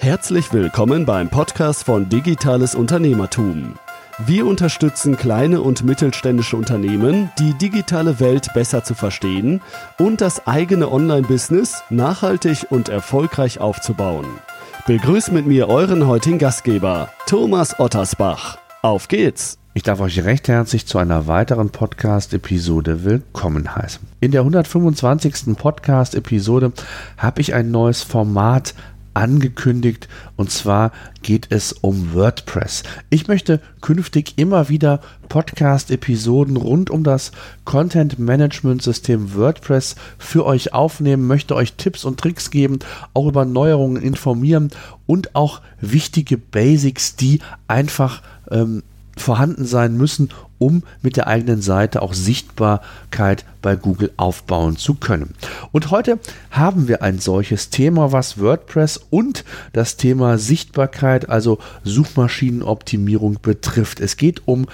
Herzlich willkommen beim Podcast von Digitales Unternehmertum. Wir unterstützen kleine und mittelständische Unternehmen, die digitale Welt besser zu verstehen und das eigene Online-Business nachhaltig und erfolgreich aufzubauen. Begrüßt mit mir euren heutigen Gastgeber, Thomas Ottersbach. Auf geht's! Ich darf euch recht herzlich zu einer weiteren Podcast-Episode willkommen heißen. In der 125. Podcast-Episode habe ich ein neues Format angekündigt, und zwar geht es um WordPress. Ich möchte künftig immer wieder Podcast-Episoden rund um das Content-Management-System WordPress für euch aufnehmen, möchte euch Tipps und Tricks geben, auch über Neuerungen informieren und auch wichtige Basics, die einfach vorhanden sein müssen, um mit der eigenen Seite auch Sichtbarkeit bei Google aufbauen zu können. Und heute haben wir ein solches Thema, was WordPress und das Thema Sichtbarkeit, also Suchmaschinenoptimierung betrifft. Es geht um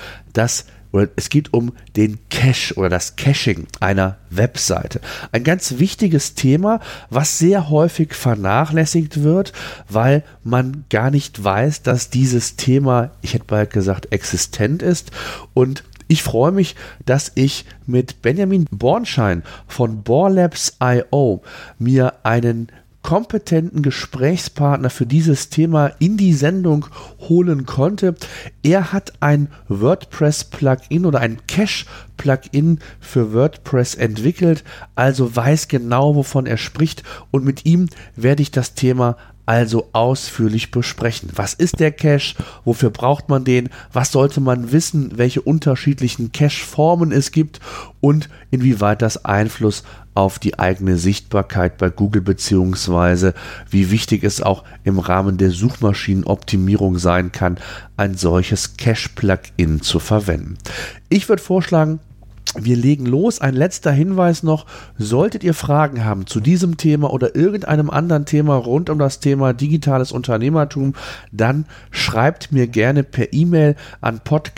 den Cache oder das Caching einer Webseite. Ein ganz wichtiges Thema, was sehr häufig vernachlässigt wird, weil man gar nicht weiß, dass dieses Thema, ich hätte bald gesagt, existent ist. Und ich freue mich, dass ich mit Benjamin Bornschein von Borlabs.io mir einen kompetenten Gesprächspartner für dieses Thema in die Sendung holen konnte. Er hat ein WordPress-Plugin oder ein Cache-Plugin für WordPress entwickelt, also weiß genau, wovon er spricht, und mit ihm werde ich das Thema also ausführlich besprechen. Was ist der Cache? Wofür braucht man den? Was sollte man wissen? Welche unterschiedlichen Cache-Formen es gibt und inwieweit das Einfluss auf die eigene Sichtbarkeit bei Google beziehungsweise wie wichtig es auch im Rahmen der Suchmaschinenoptimierung sein kann, ein solches Cache-Plugin zu verwenden. Ich würde vorschlagen, wir legen los. Ein letzter Hinweis noch: Solltet ihr Fragen haben zu diesem Thema oder irgendeinem anderen Thema rund um das Thema digitales Unternehmertum, dann schreibt mir gerne per E-Mail an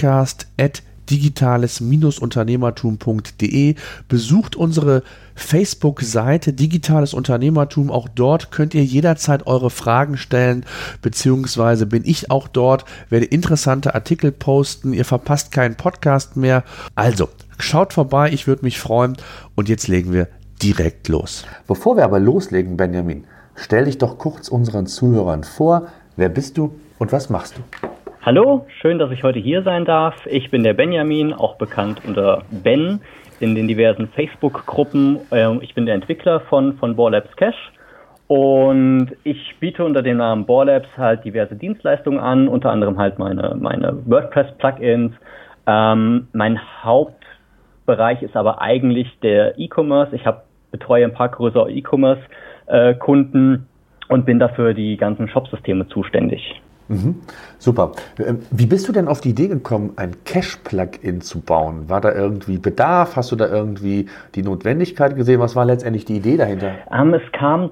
podcast@digitales-unternehmertum.de. Besucht unsere Facebook-Seite Digitales Unternehmertum. Auch dort könnt ihr jederzeit eure Fragen stellen, beziehungsweise bin ich auch dort, werde interessante Artikel posten. Ihr verpasst keinen Podcast mehr. Also, schaut vorbei, ich würde mich freuen. Und jetzt legen wir direkt los. Bevor wir aber loslegen, Benjamin, stell dich doch kurz unseren Zuhörern vor. Wer bist du und was machst du? Hallo, schön, dass ich heute hier sein darf. Ich bin der Benjamin, auch bekannt unter Ben in den diversen Facebook-Gruppen. Ich bin der Entwickler von Borlabs Cache und ich biete unter dem Namen Borlabs halt diverse Dienstleistungen an, unter anderem halt meine WordPress-Plugins. Mein Hauptbereich ist aber eigentlich der E-Commerce. Ich betreue ein paar größere E-Commerce-Kunden und bin dafür die ganzen Shop-Systeme zuständig. Super. Wie bist du denn auf die Idee gekommen, ein Cache-Plugin zu bauen? War da irgendwie Bedarf? Hast du da irgendwie die Notwendigkeit gesehen? Was war letztendlich die Idee dahinter? Es kamen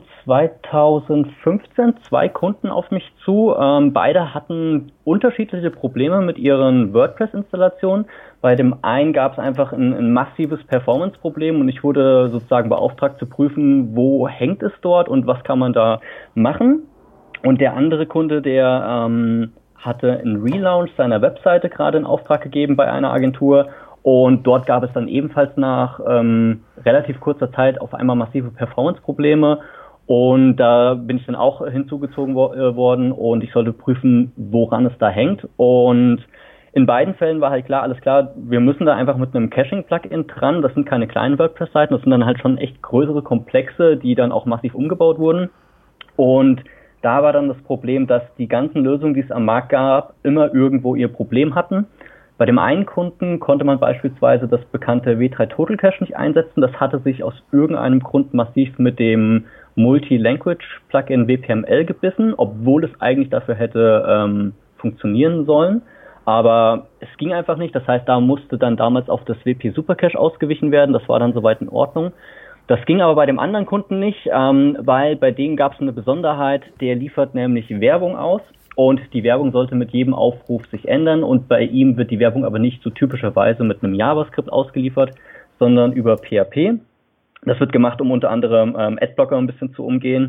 2015 2 Kunden auf mich zu. Beide hatten unterschiedliche Probleme mit ihren WordPress-Installationen. Bei dem einen gab es einfach ein massives Performance-Problem und ich wurde sozusagen beauftragt zu prüfen, wo hängt es dort und was kann man da machen. Und der andere Kunde, der hatte einen Relaunch seiner Webseite gerade in Auftrag gegeben bei einer Agentur. Und dort gab es dann ebenfalls nach relativ kurzer Zeit auf einmal massive Performance-Probleme. Und da bin ich dann auch hinzugezogen worden und ich sollte prüfen, woran es da hängt. Und in beiden Fällen war halt klar, alles klar, wir müssen da einfach mit einem Caching-Plugin dran. Das sind keine kleinen WordPress-Seiten, das sind dann halt schon echt größere Komplexe, die dann auch massiv umgebaut wurden. Und da war dann das Problem, dass die ganzen Lösungen, die es am Markt gab, immer irgendwo ihr Problem hatten. Bei dem einen Kunden konnte man beispielsweise das bekannte W3 Total Cache nicht einsetzen. Das hatte sich aus irgendeinem Grund massiv mit dem Multi-Language-Plugin WPML gebissen, obwohl es eigentlich dafür hätte funktionieren sollen. Aber es ging einfach nicht. Das heißt, da musste dann damals auf das WP Supercache ausgewichen werden. Das war dann soweit in Ordnung. Das ging aber bei dem anderen Kunden nicht, weil bei dem gab es eine Besonderheit, der liefert nämlich Werbung aus und die Werbung sollte mit jedem Aufruf sich ändern und bei ihm wird die Werbung aber nicht so typischerweise mit einem JavaScript ausgeliefert, sondern über PHP. Das wird gemacht, um unter anderem Adblocker ein bisschen zu umgehen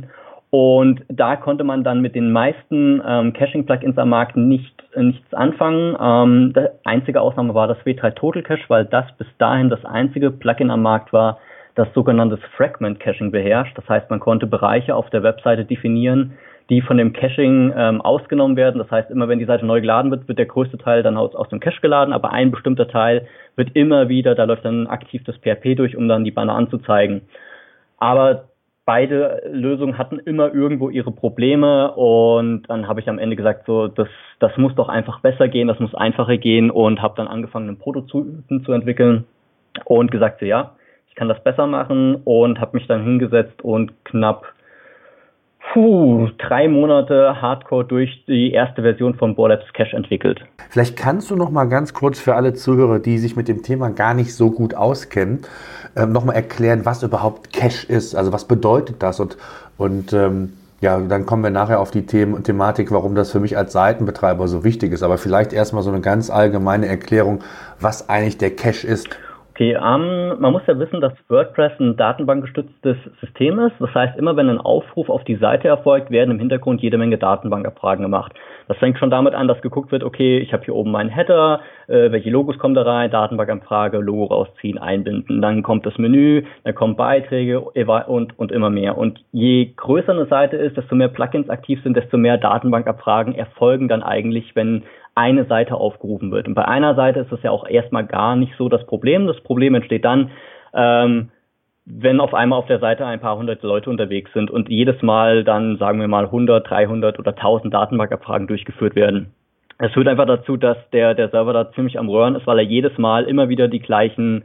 Und da konnte man dann mit den meisten Caching-Plugins am Markt nichts anfangen. Die einzige Ausnahme war das W3 Total Cache, weil das bis dahin das einzige Plugin am Markt war, das sogenannte Fragment Caching beherrscht. Das heißt, man konnte Bereiche auf der Webseite definieren, die von dem Caching ausgenommen werden. Das heißt, immer wenn die Seite neu geladen wird, wird der größte Teil dann aus dem Cache geladen, aber ein bestimmter Teil wird immer wieder, da läuft dann aktiv das PHP durch, um dann die Banner anzuzeigen. Aber beide Lösungen hatten immer irgendwo ihre Probleme und dann habe ich am Ende gesagt, so das muss doch einfach besser gehen, das muss einfacher gehen und habe dann angefangen, einen Prototypen zu entwickeln und gesagt, so ja, ich kann das besser machen und habe mich dann hingesetzt und knapp 3 Monate Hardcore durch die erste Version von Borlabs Cache entwickelt. Vielleicht kannst du noch mal ganz kurz für alle Zuhörer, die sich mit dem Thema gar nicht so gut auskennen, noch mal erklären, was überhaupt Cache ist. Also was bedeutet das? Und dann kommen wir nachher auf die Thematik, warum das für mich als Seitenbetreiber so wichtig ist. Aber vielleicht erstmal so eine ganz allgemeine Erklärung, was eigentlich der Cache ist. Okay, man muss ja wissen, dass WordPress ein datenbankgestütztes System ist. Das heißt, immer wenn ein Aufruf auf die Seite erfolgt, werden im Hintergrund jede Menge Datenbankabfragen gemacht. Das fängt schon damit an, dass geguckt wird, okay, ich habe hier oben meinen Header, welche Logos kommen da rein, Datenbankabfrage, Logo rausziehen, einbinden. Dann kommt das Menü, dann kommen Beiträge und immer mehr. Und je größer eine Seite ist, desto mehr Plugins aktiv sind, desto mehr Datenbankabfragen erfolgen dann eigentlich, wenn eine Seite aufgerufen wird. Und bei einer Seite ist das ja auch erstmal gar nicht so das Problem. Das Problem entsteht dann, wenn auf einmal auf der Seite ein paar hundert Leute unterwegs sind und jedes Mal dann, sagen wir mal, 100, 300 oder 1000 Datenbankabfragen durchgeführt werden. Es führt einfach dazu, dass der Server da ziemlich am Röhren ist, weil er jedes Mal immer wieder die gleichen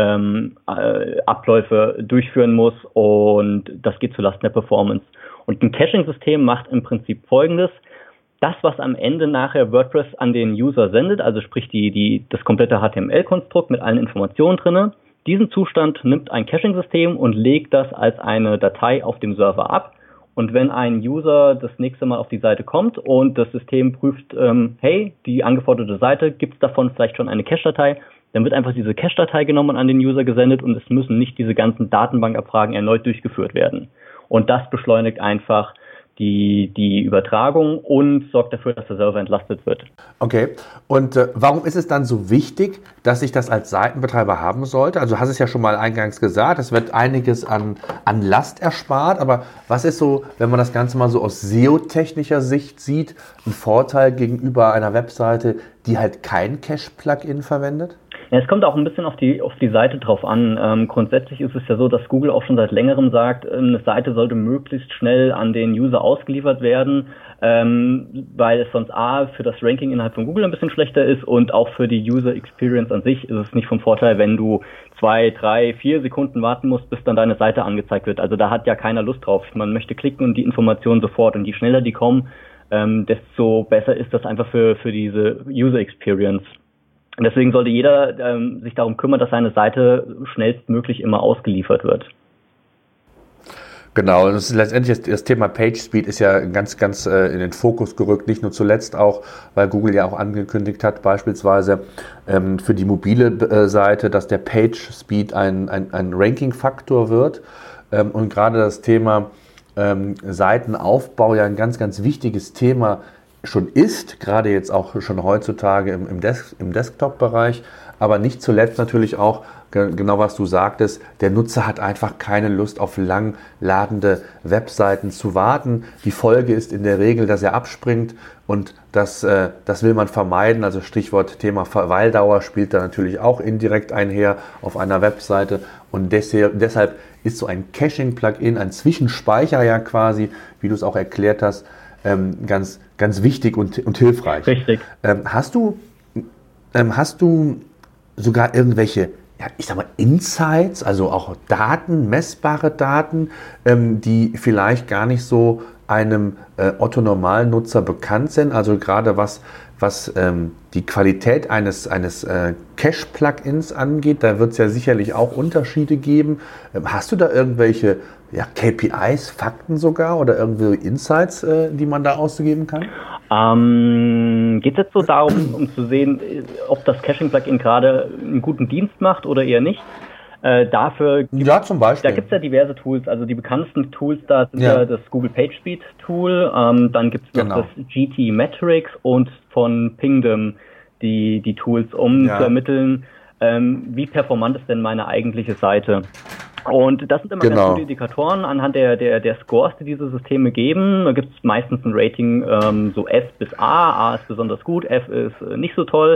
Abläufe durchführen muss und das geht zulasten der Performance. Und ein Caching-System macht im Prinzip Folgendes: Das, was am Ende nachher WordPress an den User sendet, also sprich das komplette HTML-Konstrukt mit allen Informationen drinne, diesen Zustand nimmt ein Caching-System und legt das als eine Datei auf dem Server ab. Und wenn ein User das nächste Mal auf die Seite kommt und das System prüft, hey, die angeforderte Seite, gibt es davon vielleicht schon eine Cache-Datei, dann wird einfach diese Cache-Datei genommen und an den User gesendet und es müssen nicht diese ganzen Datenbankabfragen erneut durchgeführt werden. Und das beschleunigt einfach die Übertragung und sorgt dafür, dass der Server entlastet wird. Okay, und warum ist es dann so wichtig, dass ich das als Seitenbetreiber haben sollte? Also du hast es ja schon mal eingangs gesagt, es wird einiges an Last erspart, aber was ist so, wenn man das Ganze mal so aus SEO-technischer Sicht sieht, ein Vorteil gegenüber einer Webseite, die halt kein Cache-Plugin verwendet? Ja, es kommt auch ein bisschen auf die Seite drauf an. Grundsätzlich ist es ja so, dass Google auch schon seit längerem sagt, eine Seite sollte möglichst schnell an den User ausgeliefert werden, weil es sonst für das Ranking innerhalb von Google ein bisschen schlechter ist und auch für die User Experience an sich ist es nicht vom Vorteil, wenn du 2, 3, 4 Sekunden warten musst, bis dann deine Seite angezeigt wird. Also da hat ja keiner Lust drauf. Man möchte klicken und die Informationen sofort. Und je schneller die kommen, desto besser ist das einfach für diese User Experience. Und deswegen sollte jeder sich darum kümmern, dass seine Seite schnellstmöglich immer ausgeliefert wird. Genau, und letztendlich das Thema PageSpeed ist ja ganz, ganz in den Fokus gerückt, nicht nur zuletzt auch, weil Google ja auch angekündigt hat, beispielsweise für die mobile Seite, dass der PageSpeed ein Ranking-Faktor wird. Und gerade das Thema Seitenaufbau ja ein ganz, ganz wichtiges Thema schon ist, gerade jetzt auch schon heutzutage im Desktop-Bereich, aber nicht zuletzt natürlich auch, genau was du sagtest, der Nutzer hat einfach keine Lust auf lang ladende Webseiten zu warten. Die Folge ist in der Regel, dass er abspringt und das will man vermeiden. Also Stichwort Thema Verweildauer spielt da natürlich auch indirekt einher auf einer Webseite und deshalb ist so ein Caching-Plugin, ein Zwischenspeicher ja quasi, wie du es auch erklärt hast, ganz, ganz wichtig und hilfreich. Richtig. Hast du sogar irgendwelche, ja, ich sag mal, Insights, also auch Daten, messbare Daten, die vielleicht gar nicht so einem Otto-Normalnutzer bekannt sind? Also gerade was die Qualität eines Cache-Plugins angeht, da wird es ja sicherlich auch Unterschiede geben. Hast du da irgendwelche KPIs, Fakten sogar oder irgendwie Insights, die man da ausgeben kann? Geht es jetzt so darum, um zu sehen, ob das Caching-Plugin gerade einen guten Dienst macht oder eher nicht? Dafür ja, zum Beispiel. Da gibt es ja diverse Tools, also die bekanntesten Tools da sind ja das Google PageSpeed Tool, dann gibt es noch das GT Metrics und von Pingdom die Tools, um zu ermitteln, wie performant ist denn meine eigentliche Seite. Und das sind immer ganz gute Indikatoren anhand der Scores, die diese Systeme geben. Da gibt es meistens ein Rating so F bis A. A ist besonders gut, F ist nicht so toll.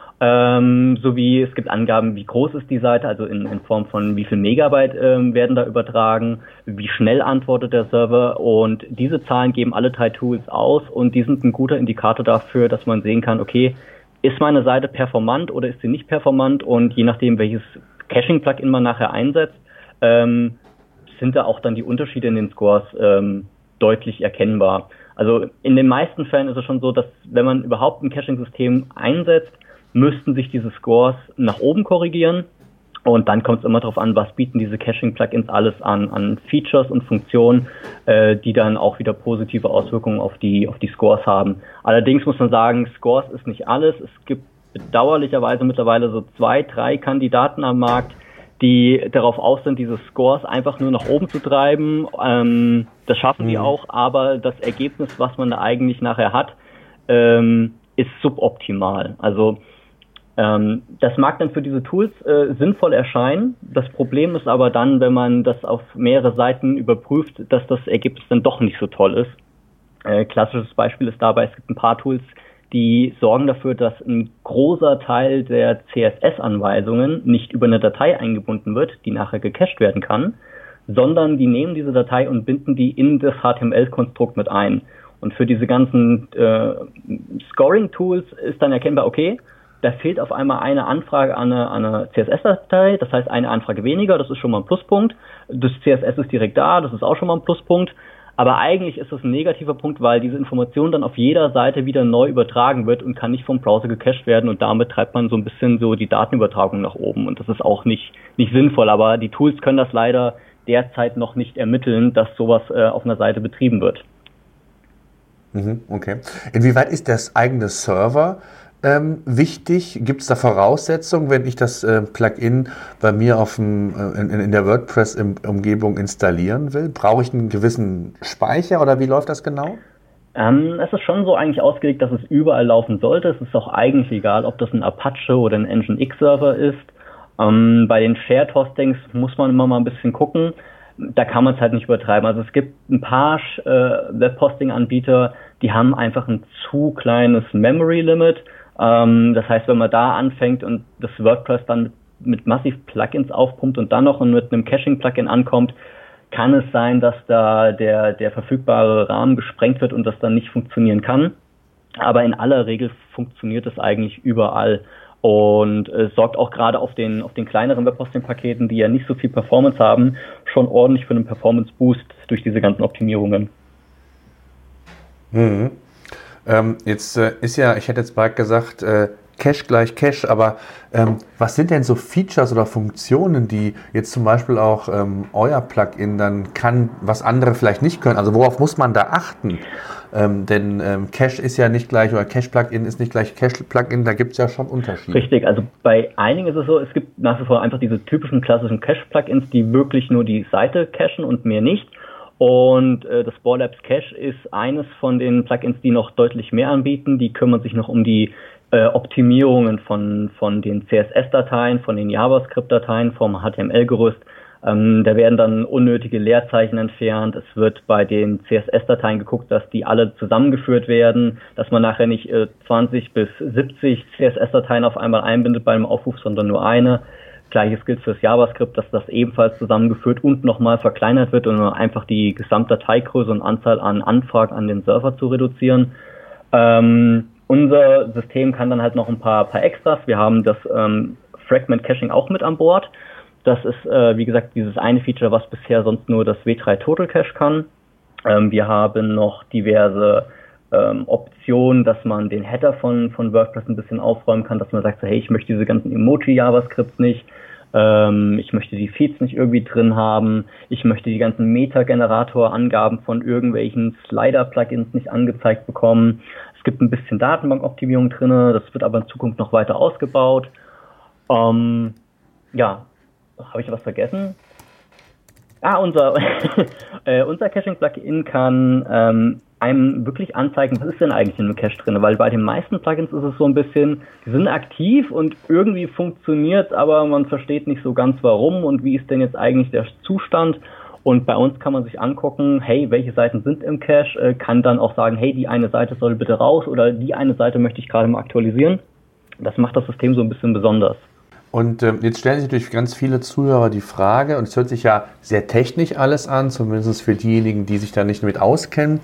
Sowie es gibt Angaben, wie groß ist die Seite, also in Form von wie viel Megabyte werden da übertragen, wie schnell antwortet der Server, und diese Zahlen geben alle 3 Tools aus und die sind ein guter Indikator dafür, dass man sehen kann, okay, ist meine Seite performant oder ist sie nicht performant, und je nachdem, welches Caching-Plugin man nachher einsetzt, sind da auch dann die Unterschiede in den Scores deutlich erkennbar. Also in den meisten Fällen ist es schon so, dass wenn man überhaupt ein Caching-System einsetzt, müssten sich diese Scores nach oben korrigieren, und dann kommt es immer darauf an, was bieten diese Caching-Plugins alles an Features und Funktionen, die dann auch wieder positive Auswirkungen auf die Scores haben. Allerdings muss man sagen, Scores ist nicht alles. Es gibt bedauerlicherweise mittlerweile so 2, 3 Kandidaten am Markt, die darauf aus sind, diese Scores einfach nur nach oben zu treiben. Das schaffen die auch, aber das Ergebnis, was man da eigentlich nachher hat, ist suboptimal. Also das mag dann für diese Tools sinnvoll erscheinen. Das Problem ist aber dann, wenn man das auf mehrere Seiten überprüft, dass das Ergebnis dann doch nicht so toll ist. Klassisches Beispiel ist dabei, es gibt ein paar Tools, die sorgen dafür, dass ein großer Teil der CSS-Anweisungen nicht über eine Datei eingebunden wird, die nachher gecached werden kann, sondern die nehmen diese Datei und binden die in das HTML-Konstrukt mit ein. Und für diese ganzen Scoring-Tools ist dann erkennbar, okay, da fehlt auf einmal eine Anfrage an eine CSS-Datei, das heißt eine Anfrage weniger, das ist schon mal ein Pluspunkt. Das CSS ist direkt da, das ist auch schon mal ein Pluspunkt. Aber eigentlich ist das ein negativer Punkt, weil diese Information dann auf jeder Seite wieder neu übertragen wird und kann nicht vom Browser gecached werden, und damit treibt man so ein bisschen so die Datenübertragung nach oben, und das ist auch nicht sinnvoll, aber die Tools können das leider derzeit noch nicht ermitteln, dass sowas auf einer Seite betrieben wird. Okay. Inwieweit ist das eigene Server wichtig? Gibt es da Voraussetzungen, wenn ich das Plugin bei mir in der WordPress-Umgebung installieren will? Brauche ich einen gewissen Speicher oder wie läuft das genau? Es ist schon so eigentlich ausgelegt, dass es überall laufen sollte. Es ist auch eigentlich egal, ob das ein Apache oder ein Nginx-Server ist. Bei den Shared Hostings muss man immer mal ein bisschen gucken. Da kann man es halt nicht übertreiben. Also es gibt ein paar Web-Hosting-Anbieter, die haben einfach ein zu kleines Memory-Limit. Das heißt, wenn man da anfängt und das WordPress dann mit massiv Plugins aufpumpt und dann noch mit einem Caching-Plugin ankommt, kann es sein, dass da der verfügbare Rahmen gesprengt wird und das dann nicht funktionieren kann. Aber in aller Regel funktioniert es eigentlich überall. Und es sorgt auch gerade auf den kleineren Webhosting-Paketen, die ja nicht so viel Performance haben, schon ordentlich für einen Performance-Boost durch diese ganzen Optimierungen. Jetzt ist ja, ich hätte jetzt bald gesagt, Cache gleich Cache, aber was sind denn so Features oder Funktionen, die jetzt zum Beispiel auch euer Plugin dann kann, was andere vielleicht nicht können? Also worauf muss man da achten? Denn Cache ist ja nicht gleich, oder Cache-Plugin ist nicht gleich Cache-Plugin, da gibt es ja schon Unterschiede. Richtig, also bei einigen ist es so, es gibt nach wie vor einfach diese typischen klassischen Cache-Plugins, die wirklich nur die Seite cachen und mehr nicht. Und das Borlabs Cache ist eines von den Plugins, die noch deutlich mehr anbieten. Die kümmern sich noch um die Optimierungen von den CSS-Dateien, von den JavaScript-Dateien, vom HTML-Gerüst. Da werden dann unnötige Leerzeichen entfernt. Es wird bei den CSS-Dateien geguckt, dass die alle zusammengeführt werden, dass man nachher nicht 20 bis 70 CSS-Dateien auf einmal einbindet bei einem Aufruf, sondern nur eine. Gleiches gilt fürs JavaScript, dass das ebenfalls zusammengeführt und nochmal verkleinert wird, um einfach die Gesamtdateigröße und Anzahl an Anfragen an den Server zu reduzieren. Unser System kann dann halt noch ein paar Extras. Wir haben das Fragment Caching auch mit an Bord. Das ist, wie gesagt, dieses eine Feature, was bisher sonst nur das W3 Total Cache kann. Wir haben noch diverse Optionen, dass man den Header von WordPress ein bisschen aufräumen kann, dass man sagt, so, hey, ich möchte diese ganzen Emoji-JavaScripts nicht, ich möchte die Feeds nicht irgendwie drin haben, ich möchte die ganzen Meta-Generator-Angaben von irgendwelchen Slider-Plugins nicht angezeigt bekommen. Es gibt ein bisschen Datenbankoptimierung drin, das wird aber in Zukunft noch weiter ausgebaut. Ja, habe ich was vergessen? Unser Caching-Plugin kann einem wirklich anzeigen, was ist denn eigentlich in einem Cache drin, weil bei den meisten Plugins ist es so ein bisschen, die sind aktiv und irgendwie funktioniert, aber man versteht nicht so ganz warum und wie ist denn jetzt eigentlich der Zustand. Und bei uns kann man sich angucken, hey, welche Seiten sind im Cache, kann dann auch sagen, hey, die eine Seite soll bitte raus oder die eine Seite möchte ich gerade mal aktualisieren. Das macht das System so ein bisschen besonders. Und jetzt stellen sich natürlich ganz viele Zuhörer die Frage, und es hört sich ja sehr technisch alles an, zumindest für diejenigen, die sich da nicht mit auskennen,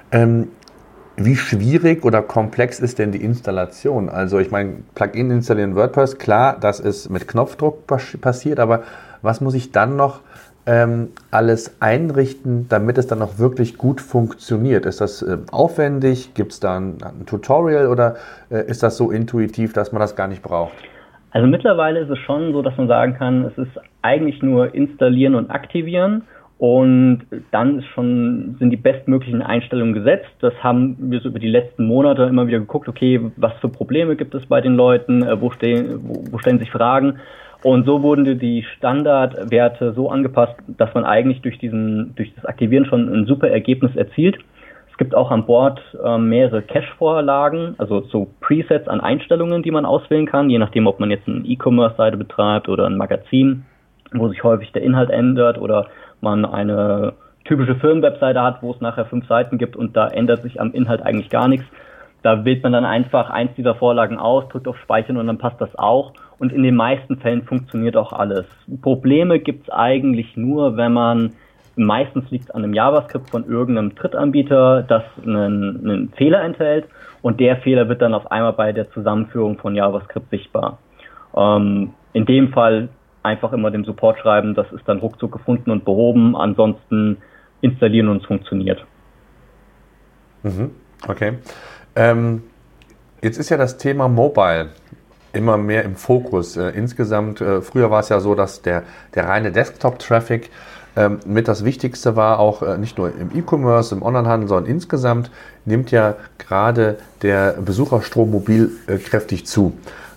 wie schwierig oder komplex ist denn die Installation? Also ich meine, Plugin installieren WordPress, klar, das ist mit Knopfdruck passiert, aber was muss ich dann noch alles einrichten, damit es dann auch wirklich gut funktioniert? Ist das aufwendig? Gibt es da ein Tutorial oder ist das so intuitiv, dass man das gar nicht braucht? Also mittlerweile ist es schon so, dass man sagen kann, es ist eigentlich nur installieren und aktivieren und dann sind die bestmöglichen Einstellungen gesetzt. Das haben wir so über die letzten Monate immer wieder geguckt, okay, was für Probleme gibt es bei den Leuten, wo stellen sich Fragen. Und so wurden die Standardwerte so angepasst, dass man eigentlich durch das Aktivieren schon ein super Ergebnis erzielt. Es gibt auch an Bord mehrere Cache-Vorlagen, also so Presets an Einstellungen, die man auswählen kann, je nachdem, ob man jetzt eine E-Commerce-Seite betreibt oder ein Magazin, wo sich häufig der Inhalt ändert oder man eine typische Firmenwebseite hat, wo es nachher 5 Seiten gibt und da ändert sich am Inhalt eigentlich gar nichts. Da wählt man dann einfach eins dieser Vorlagen aus, drückt auf Speichern und dann passt das auch. Und in den meisten Fällen funktioniert auch alles. Probleme gibt es eigentlich nur, meistens liegt es an einem JavaScript von irgendeinem Drittanbieter, das einen Fehler enthält und der Fehler wird dann auf einmal bei der Zusammenführung von JavaScript sichtbar. In dem Fall einfach immer dem Support schreiben, das ist dann ruckzuck gefunden und behoben, ansonsten installieren und es funktioniert. Okay. Jetzt ist ja das Thema Mobile immer mehr im Fokus. Insgesamt, früher war es ja so, dass der reine Desktop-Traffic mit das Wichtigste war, auch nicht nur im E-Commerce, im Onlinehandel, sondern insgesamt nimmt ja gerade der Besucherstrom mobil kräftig zu.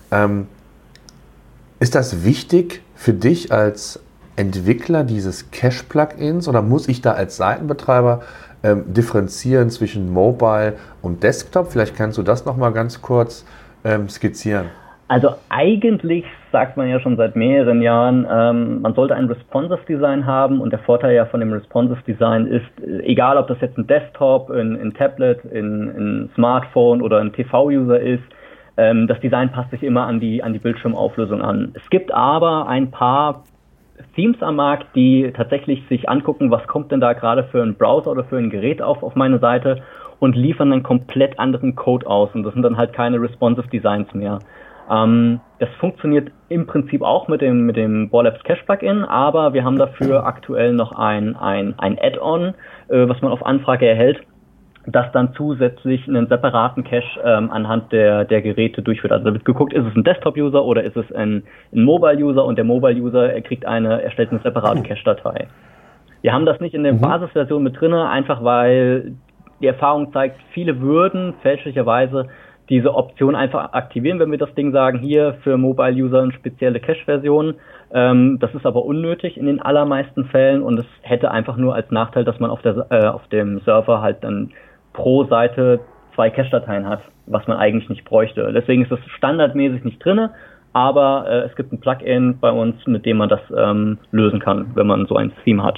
Ist das wichtig für dich als Entwickler dieses Cache-Plugins oder muss ich da als Seitenbetreiber differenzieren zwischen Mobile und Desktop? Vielleicht kannst du das nochmal ganz kurz skizzieren. Also eigentlich sagt man ja schon seit mehreren Jahren, man sollte ein Responsive Design haben und der Vorteil ja von dem Responsive Design ist, egal ob das jetzt ein Desktop, ein Tablet, ein Smartphone oder ein TV-User ist, das Design passt sich immer an die Bildschirmauflösung an. Es gibt aber ein paar Themes am Markt, die tatsächlich sich angucken, was kommt denn da gerade für einen Browser oder für ein Gerät auf meine Seite und liefern dann komplett anderen Code aus und das sind dann halt keine Responsive Designs mehr. Das funktioniert im Prinzip auch mit dem Borlabs Cache Plugin, aber wir haben dafür aktuell noch ein Add-on, was man auf Anfrage erhält, das dann zusätzlich einen separaten Cache anhand der Geräte durchführt. Also da wird geguckt, ist es ein Desktop-User oder ist es ein Mobile-User und der Mobile-User erstellt eine separate Cache-Datei. Wir haben das nicht in der Basisversion mit drinne, einfach weil die Erfahrung zeigt, viele würden fälschlicherweise diese Option einfach aktivieren, wenn wir das Ding sagen, hier für Mobile-User eine spezielle Cache-Version. Das ist aber unnötig in den allermeisten Fällen und es hätte einfach nur als Nachteil, dass man auf dem Server halt dann pro Seite 2 Cache-Dateien hat, was man eigentlich nicht bräuchte. Deswegen ist das standardmäßig nicht drinne, aber es gibt ein Plugin bei uns, mit dem man das lösen kann, wenn man so ein Theme hat.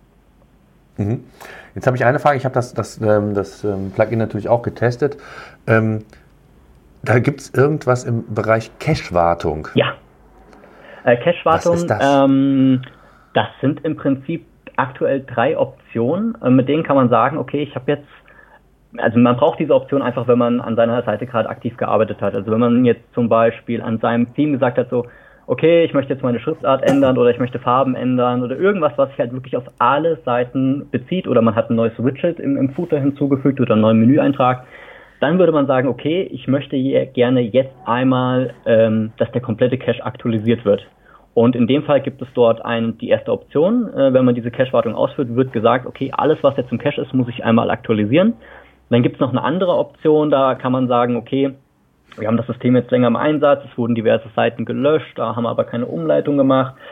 Jetzt habe ich eine Frage, ich habe das Plugin natürlich auch getestet. Da gibt es irgendwas im Bereich Cache-Wartung. Ja, Cache-Wartung, was ist das? Das sind im Prinzip aktuell 3 Optionen, mit denen kann man sagen, okay, man braucht diese Option einfach, wenn man an seiner Seite gerade aktiv gearbeitet hat. Also wenn man jetzt zum Beispiel an seinem Theme gesagt hat, so, okay, ich möchte jetzt meine Schriftart ändern oder ich möchte Farben ändern oder irgendwas, was sich halt wirklich auf alle Seiten bezieht oder man hat ein neues Widget im Footer hinzugefügt oder einen neuen Menüeintrag, dann würde man sagen, okay, ich möchte gerne jetzt einmal, dass der komplette Cache aktualisiert wird. Und in dem Fall gibt es dort die erste Option. Wenn man diese Cache-Wartung ausführt, wird gesagt, okay, alles, was jetzt im Cache ist, muss ich einmal aktualisieren. Dann gibt es noch eine andere Option, da kann man sagen, okay, wir haben das System jetzt länger im Einsatz, es wurden diverse Seiten gelöscht, da haben wir aber keine Umleitung gemacht.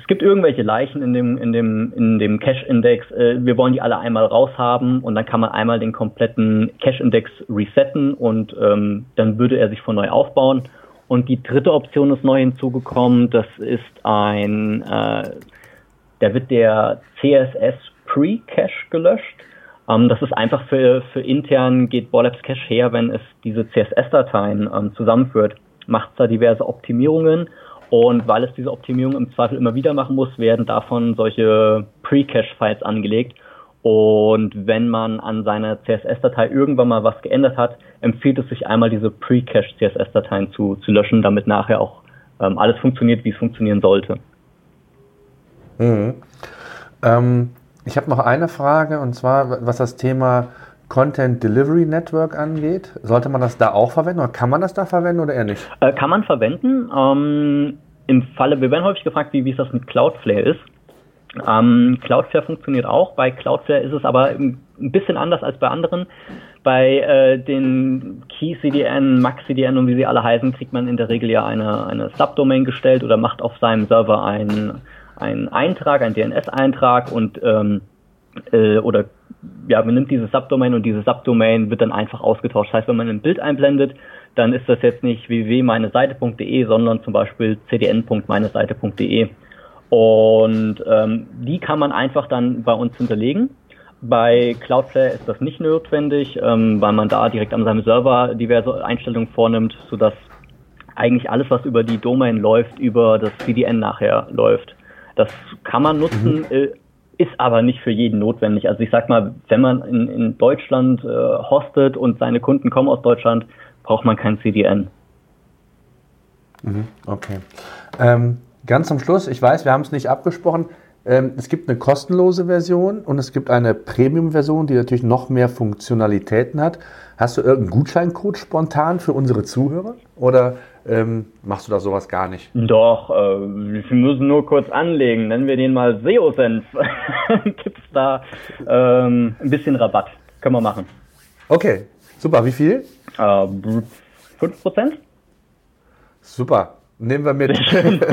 es gibt irgendwelche Leichen in dem Cache-Index, wir wollen die alle einmal raushaben und dann kann man einmal den kompletten Cache-Index resetten und dann würde er sich von neu aufbauen. Und die dritte Option ist neu hinzugekommen, das ist da wird der CSS Pre-Cache gelöscht. Das ist einfach für intern geht Borlabs Cache her, wenn es diese CSS-Dateien zusammenführt, macht es da diverse Optimierungen. Und weil es diese Optimierung im Zweifel immer wieder machen muss, werden davon solche Pre-Cache-Files angelegt. Und wenn man an seiner CSS-Datei irgendwann mal was geändert hat, empfiehlt es sich einmal, diese Pre-Cache-CSS-Dateien zu löschen, damit nachher auch alles funktioniert, wie es funktionieren sollte. Mhm. Ich habe noch eine Frage, und zwar, was das Thema Content Delivery Network angeht. Sollte man das da auch verwenden oder kann man das da verwenden oder eher nicht? Kann man verwenden. Im Falle, wir werden häufig gefragt, wie es das mit Cloudflare ist. Cloudflare funktioniert auch. Bei Cloudflare ist es aber ein bisschen anders als bei anderen. Bei den KeyCDN, MaxCDN und wie sie alle heißen, kriegt man in der Regel ja eine Subdomain gestellt oder macht auf seinem Server einen Eintrag, einen DNS-Eintrag und man nimmt diese Subdomain und diese Subdomain wird dann einfach ausgetauscht. Das heißt, wenn man ein Bild einblendet, dann ist das jetzt nicht www.meineseite.de, sondern zum Beispiel cdn.meineseite.de. Und die kann man einfach dann bei uns hinterlegen. Bei Cloudflare ist das nicht notwendig, weil man da direkt an seinem Server diverse Einstellungen vornimmt, sodass eigentlich alles, was über die Domain läuft, über das CDN nachher läuft. Das kann man nutzen, ist aber nicht für jeden notwendig. Also ich sag mal, wenn man in Deutschland hostet und seine Kunden kommen aus Deutschland, braucht man kein CDN. Okay. Ganz zum Schluss, ich weiß, wir haben es nicht abgesprochen, es gibt eine kostenlose Version und es gibt eine Premium-Version, die natürlich noch mehr Funktionalitäten hat. Hast du irgendeinen Gutscheincode spontan für unsere Zuhörer oder machst du da sowas gar nicht? Doch, wir müssen nur kurz anlegen. Nennen wir den mal SEO-Sense. Gibt es da ein bisschen Rabatt. Können wir machen. Okay, super. Wie viel? 5%? Super, nehmen wir mit.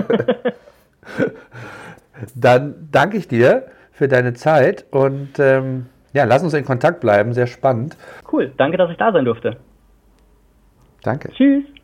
Dann danke ich dir für deine Zeit und lass uns in Kontakt bleiben. Sehr spannend. Cool, danke, dass ich da sein durfte. Danke. Tschüss.